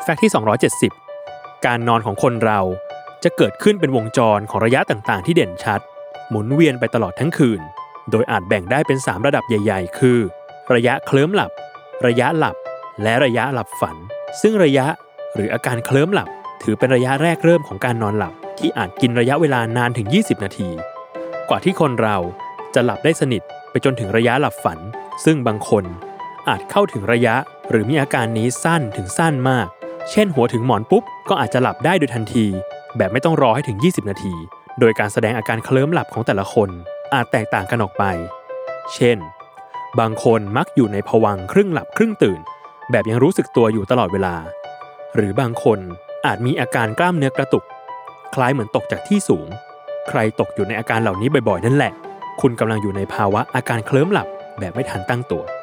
แฟกต์ที่270การนอนของคนเราจะเกิดขึ้นเป็นวงจรของระยะต่างๆที่เด่นชัดหมุนเวียนไปตลอดทั้งคืนโดยอาจแบ่งได้เป็น3ระดับใหญ่ๆคือระยะเคลิ้มหลับระยะหลับและระยะหลับฝันซึ่งระยะหรืออาการเคลิ้มหลับถือเป็นระยะแรกเริ่มของการนอนหลับที่อาจกินระยะเวลานานถึง20นาทีกว่าที่คนเราจะหลับได้สนิทไปจนถึงระยะหลับฝันซึ่งบางคนอาจเข้าถึงระยะหรือมีอาการนี้สั้นถึงสั้นมากเช่นหัวถึงหมอนปุ๊บก็อาจจะหลับได้โดยทันทีแบบไม่ต้องรอให้ถึง20นาทีโดยการแสดงอาการเคลิ้มหลับของแต่ละคนอาจแตกต่างกันออกไปเช่นบางคนมักอยู่ในภวังค์ครึ่งหลับครึ่งตื่นแบบยังรู้สึกตัวอยู่ตลอดเวลาหรือบางคนอาจมีอาการกล้ามเนื้อกระตุกคล้ายเหมือนตกจากที่สูงใครตกอยู่ในอาการเหล่านี้บ่อยๆนั่นแหละคุณกำลังอยู่ในภาวะอาการเคลิ้มหลับแบบไม่ทันตั้งตัว